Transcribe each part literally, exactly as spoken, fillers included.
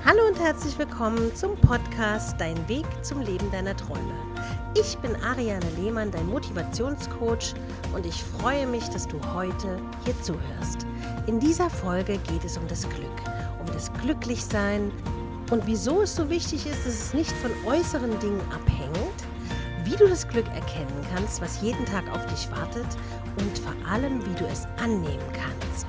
Hallo und herzlich willkommen zum Podcast Dein Weg zum Leben deiner Träume. Ich bin Ariane Lehmann, dein Motivationscoach, und ich freue mich, dass du heute hier zuhörst. In dieser Folge geht es um das Glück, um das Glücklichsein und wieso es so wichtig ist, dass es nicht von äußeren Dingen abhängt, wie du das Glück erkennen kannst, was jeden Tag auf dich wartet, und vor allem, wie du es annehmen kannst.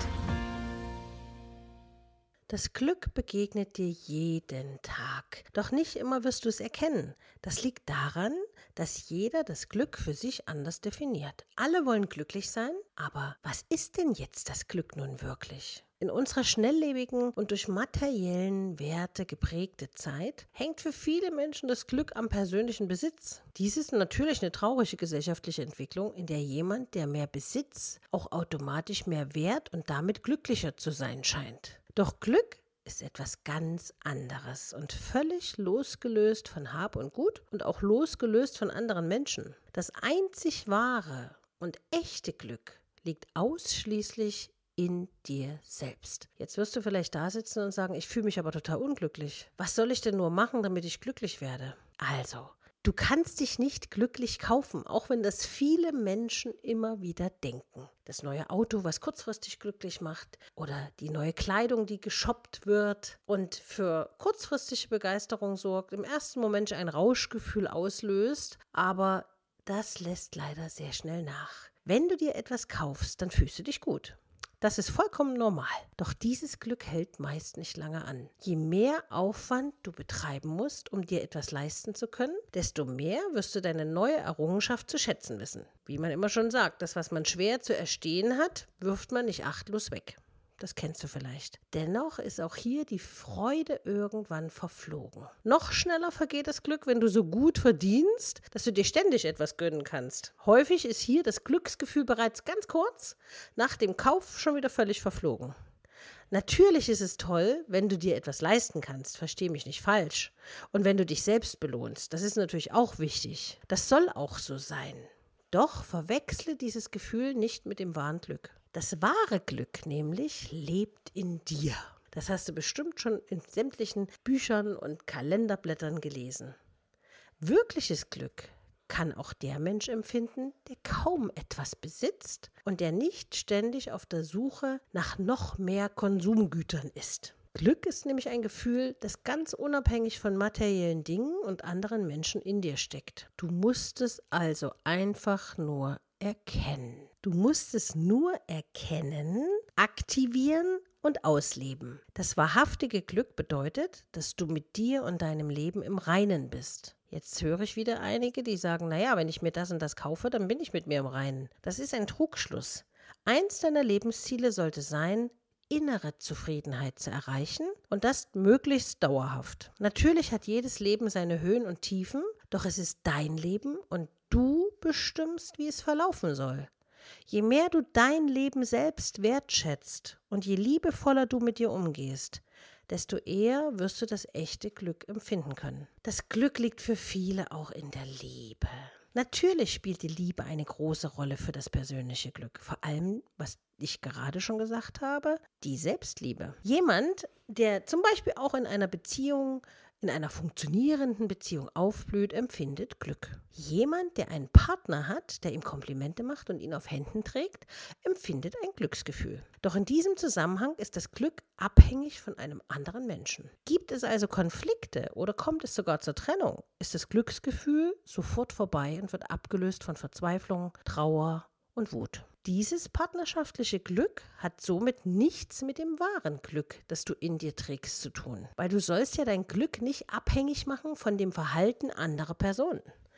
Das Glück begegnet dir jeden Tag, doch nicht immer wirst du es erkennen. Das liegt daran, dass jeder das Glück für sich anders definiert. Alle wollen glücklich sein, aber was ist denn jetzt das Glück nun wirklich? In unserer schnelllebigen und durch materiellen Werte geprägte Zeit hängt für viele Menschen das Glück am persönlichen Besitz. Dies ist natürlich eine traurige gesellschaftliche Entwicklung, in der jemand, der mehr Besitz, auch automatisch mehr wert und damit glücklicher zu sein scheint. Doch Glück ist etwas ganz anderes und völlig losgelöst von Hab und Gut und auch losgelöst von anderen Menschen. Das einzig wahre und echte Glück liegt ausschließlich in dir selbst. Jetzt wirst du vielleicht da sitzen und sagen, ich fühle mich aber total unglücklich. Was soll ich denn nur machen, damit ich glücklich werde? Also, du kannst dich nicht glücklich kaufen, auch wenn das viele Menschen immer wieder denken. Das neue Auto, was kurzfristig glücklich macht, oder die neue Kleidung, die geshoppt wird und für kurzfristige Begeisterung sorgt, im ersten Moment ein Rauschgefühl auslöst, aber das lässt leider sehr schnell nach. Wenn du dir etwas kaufst, dann fühlst du dich gut. Das ist vollkommen normal. Doch dieses Glück hält meist nicht lange an. Je mehr Aufwand du betreiben musst, um dir etwas leisten zu können, desto mehr wirst du deine neue Errungenschaft zu schätzen wissen. Wie man immer schon sagt, das, was man schwer zu erstehen hat, wirft man nicht achtlos weg. Das kennst du vielleicht. Dennoch ist auch hier die Freude irgendwann verflogen. Noch schneller vergeht das Glück, wenn du so gut verdienst, dass du dir ständig etwas gönnen kannst. Häufig ist hier das Glücksgefühl bereits ganz kurz nach dem Kauf schon wieder völlig verflogen. Natürlich ist es toll, wenn du dir etwas leisten kannst, versteh mich nicht falsch. Und wenn du dich selbst belohnst, das ist natürlich auch wichtig. Das soll auch so sein. Doch verwechsle dieses Gefühl nicht mit dem wahren Glück. Das wahre Glück nämlich lebt in dir. Das hast du bestimmt schon in sämtlichen Büchern und Kalenderblättern gelesen. Wirkliches Glück kann auch der Mensch empfinden, der kaum etwas besitzt und der nicht ständig auf der Suche nach noch mehr Konsumgütern ist. Glück ist nämlich ein Gefühl, das ganz unabhängig von materiellen Dingen und anderen Menschen in dir steckt. Du musst es also einfach nur erkennen. Du musst es nur erkennen, aktivieren und ausleben. Das wahrhaftige Glück bedeutet, dass du mit dir und deinem Leben im Reinen bist. Jetzt höre ich wieder einige, die sagen, naja, wenn ich mir das und das kaufe, dann bin ich mit mir im Reinen. Das ist ein Trugschluss. Eins deiner Lebensziele sollte sein, innere Zufriedenheit zu erreichen, und das möglichst dauerhaft. Natürlich hat jedes Leben seine Höhen und Tiefen, doch es ist dein Leben und du bestimmst, wie es verlaufen soll. Je mehr du dein Leben selbst wertschätzt und je liebevoller du mit dir umgehst, desto eher wirst du das echte Glück empfinden können. Das Glück liegt für viele auch in der Liebe. Natürlich spielt die Liebe eine große Rolle für das persönliche Glück. Vor allem, was ich gerade schon gesagt habe, die Selbstliebe. Jemand, der zum Beispiel auch in einer Beziehung, in einer funktionierenden Beziehung aufblüht, empfindet Glück. Jemand, der einen Partner hat, der ihm Komplimente macht und ihn auf Händen trägt, empfindet ein Glücksgefühl. Doch in diesem Zusammenhang ist das Glück abhängig von einem anderen Menschen. Gibt es also Konflikte oder kommt es sogar zur Trennung, ist das Glücksgefühl sofort vorbei und wird abgelöst von Verzweiflung, Trauer und Wut. Dieses partnerschaftliche Glück hat somit nichts mit dem wahren Glück, das du in dir trägst, zu tun. Weil du sollst ja dein Glück nicht abhängig machen von dem Verhalten anderer Personen.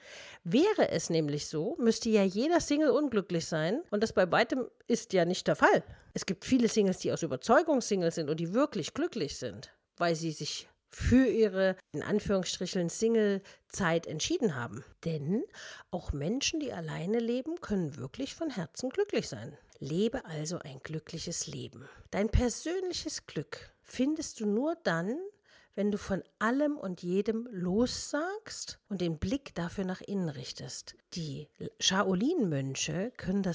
Wäre es nämlich so, müsste ja jeder Single unglücklich sein, und das bei weitem ist ja nicht der Fall. Es gibt viele Singles, die aus Überzeugung Single sind und die wirklich glücklich sind, weil sie sich für ihre, in Anführungsstrichen, Single-Zeit entschieden haben. Denn auch Menschen, die alleine leben, können wirklich von Herzen glücklich sein. Lebe also ein glückliches Leben. Dein persönliches Glück findest du nur dann, wenn du von allem und jedem lossagst und den Blick dafür nach innen richtest. Die Shaolin-Mönche können das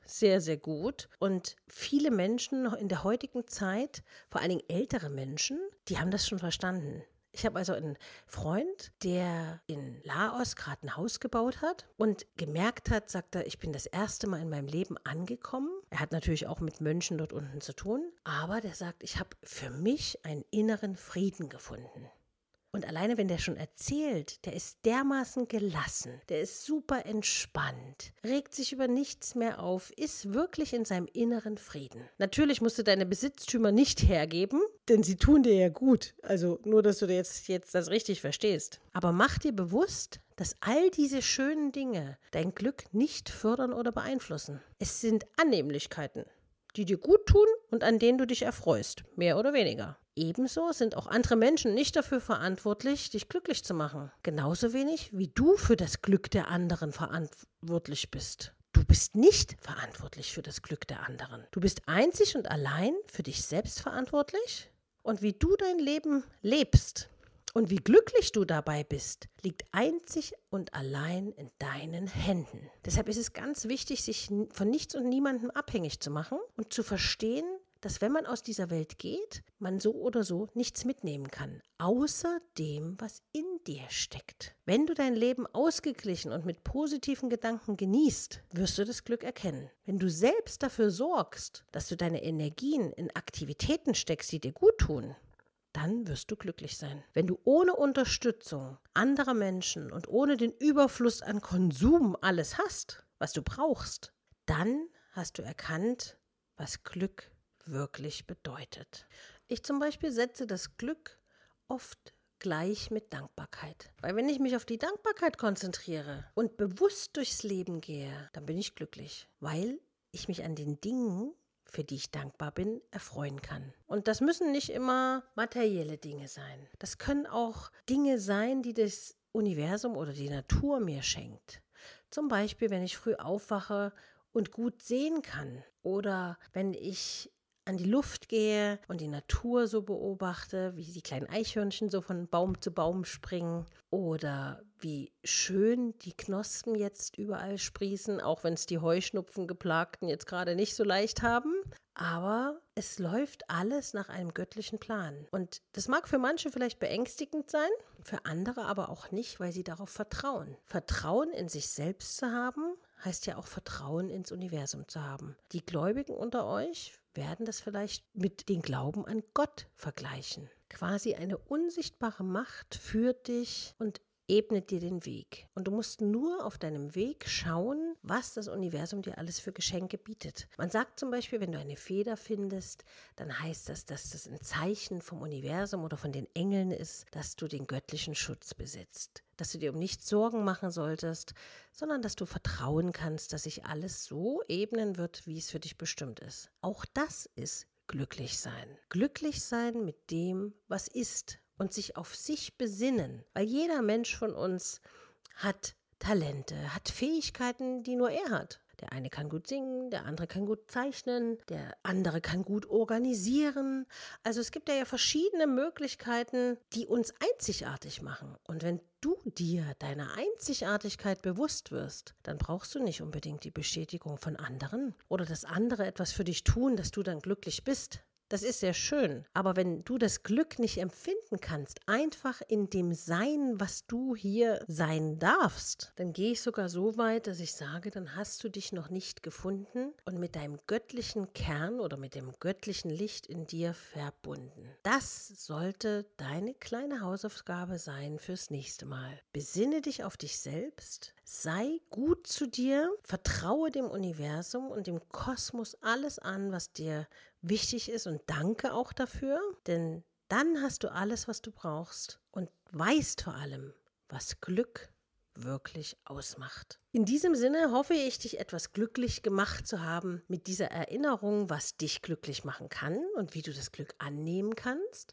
sehr, sehr gut. Und viele Menschen in der heutigen Zeit, vor allen Dingen ältere Menschen, die haben das schon verstanden. Ich habe also einen Freund, der in Laos gerade ein Haus gebaut hat und gemerkt hat, sagt er, ich bin das erste Mal in meinem Leben angekommen. Er hat natürlich auch mit Mönchen dort unten zu tun, aber der sagt, ich habe für mich einen inneren Frieden gefunden. Und alleine, wenn der schon erzählt, der ist dermaßen gelassen, der ist super entspannt, regt sich über nichts mehr auf, ist wirklich in seinem inneren Frieden. Natürlich musst du deine Besitztümer nicht hergeben, denn sie tun dir ja gut. Also nur, dass du jetzt, jetzt das richtig verstehst. Aber mach dir bewusst, dass all diese schönen Dinge dein Glück nicht fördern oder beeinflussen. Es sind Annehmlichkeiten, die dir gut tun und an denen du dich erfreust, mehr oder weniger. Ebenso sind auch andere Menschen nicht dafür verantwortlich, dich glücklich zu machen. Genauso wenig, wie du für das Glück der anderen verantwortlich bist. Du bist nicht verantwortlich für das Glück der anderen. Du bist einzig und allein für dich selbst verantwortlich. Und wie du dein Leben lebst und wie glücklich du dabei bist, liegt einzig und allein in deinen Händen. Deshalb ist es ganz wichtig, sich von nichts und niemandem abhängig zu machen und zu verstehen, dass wenn man aus dieser Welt geht, man so oder so nichts mitnehmen kann, außer dem, was in dir steckt. Wenn du dein Leben ausgeglichen und mit positiven Gedanken genießt, wirst du das Glück erkennen. Wenn du selbst dafür sorgst, dass du deine Energien in Aktivitäten steckst, die dir gut tun, dann wirst du glücklich sein. Wenn du ohne Unterstützung anderer Menschen und ohne den Überfluss an Konsum alles hast, was du brauchst, dann hast du erkannt, was Glück ist. Wirklich bedeutet. Ich zum Beispiel setze das Glück oft gleich mit Dankbarkeit. Weil wenn ich mich auf die Dankbarkeit konzentriere und bewusst durchs Leben gehe, dann bin ich glücklich. Weil ich mich an den Dingen, für die ich dankbar bin, erfreuen kann. Und das müssen nicht immer materielle Dinge sein. Das können auch Dinge sein, die das Universum oder die Natur mir schenkt. Zum Beispiel, wenn ich früh aufwache und gut sehen kann. Oder wenn ich an die Luft gehe und die Natur so beobachte, wie die kleinen Eichhörnchen so von Baum zu Baum springen oder wie schön die Knospen jetzt überall sprießen, auch wenn es die Heuschnupfengeplagten jetzt gerade nicht so leicht haben. Aber es läuft alles nach einem göttlichen Plan. Und das mag für manche vielleicht beängstigend sein, für andere aber auch nicht, weil sie darauf vertrauen. Vertrauen in sich selbst zu haben, heißt ja auch Vertrauen ins Universum zu haben. Die Gläubigen unter euch werden das vielleicht mit dem Glauben an Gott vergleichen. Quasi eine unsichtbare Macht führt dich und ebnet dir den Weg. Und du musst nur auf deinem Weg schauen, was das Universum dir alles für Geschenke bietet. Man sagt zum Beispiel, wenn du eine Feder findest, dann heißt das, dass das ein Zeichen vom Universum oder von den Engeln ist, dass du den göttlichen Schutz besitzt. Dass du dir um nichts Sorgen machen solltest, sondern dass du vertrauen kannst, dass sich alles so ebnen wird, wie es für dich bestimmt ist. Auch das ist glücklich sein. Glücklich sein mit dem, was ist. Und sich auf sich besinnen, weil jeder Mensch von uns hat Talente, hat Fähigkeiten, die nur er hat. Der eine kann gut singen, der andere kann gut zeichnen, der andere kann gut organisieren. Also es gibt ja, ja verschiedene Möglichkeiten, die uns einzigartig machen. Und wenn du dir deiner Einzigartigkeit bewusst wirst, dann brauchst du nicht unbedingt die Bestätigung von anderen oder dass andere etwas für dich tun, dass du dann glücklich bist. Das ist sehr schön, aber wenn du das Glück nicht empfinden kannst, einfach in dem Sein, was du hier sein darfst, dann gehe ich sogar so weit, dass ich sage, dann hast du dich noch nicht gefunden und mit deinem göttlichen Kern oder mit dem göttlichen Licht in dir verbunden. Das sollte deine kleine Hausaufgabe sein fürs nächste Mal. Besinne dich auf dich selbst, sei gut zu dir, vertraue dem Universum und dem Kosmos alles an, was dir wichtig ist und danke auch dafür, denn dann hast du alles, was du brauchst und weißt vor allem, was Glück wirklich ausmacht. In diesem Sinne hoffe ich, dich etwas glücklich gemacht zu haben mit dieser Erinnerung, was dich glücklich machen kann und wie du das Glück annehmen kannst.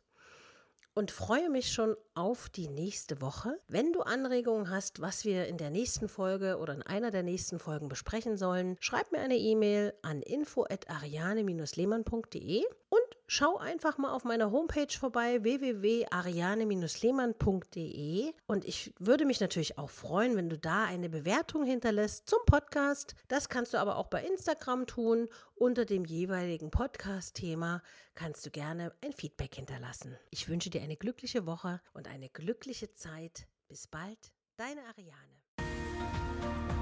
Und freue mich schon auf die nächste Woche. Wenn du Anregungen hast, was wir in der nächsten Folge oder in einer der nächsten Folgen besprechen sollen, schreib mir eine E-Mail an info at ariane dash lehmann punkt de und schau einfach mal auf meiner Homepage vorbei, w w w punkt ariane lehmann punkt de, und ich würde mich natürlich auch freuen, wenn du da eine Bewertung hinterlässt zum Podcast. Das kannst du aber auch bei Instagram tun. Unter dem jeweiligen Podcast-Thema kannst du gerne ein Feedback hinterlassen. Ich wünsche dir eine glückliche Woche und eine glückliche Zeit. Bis bald, deine Ariane.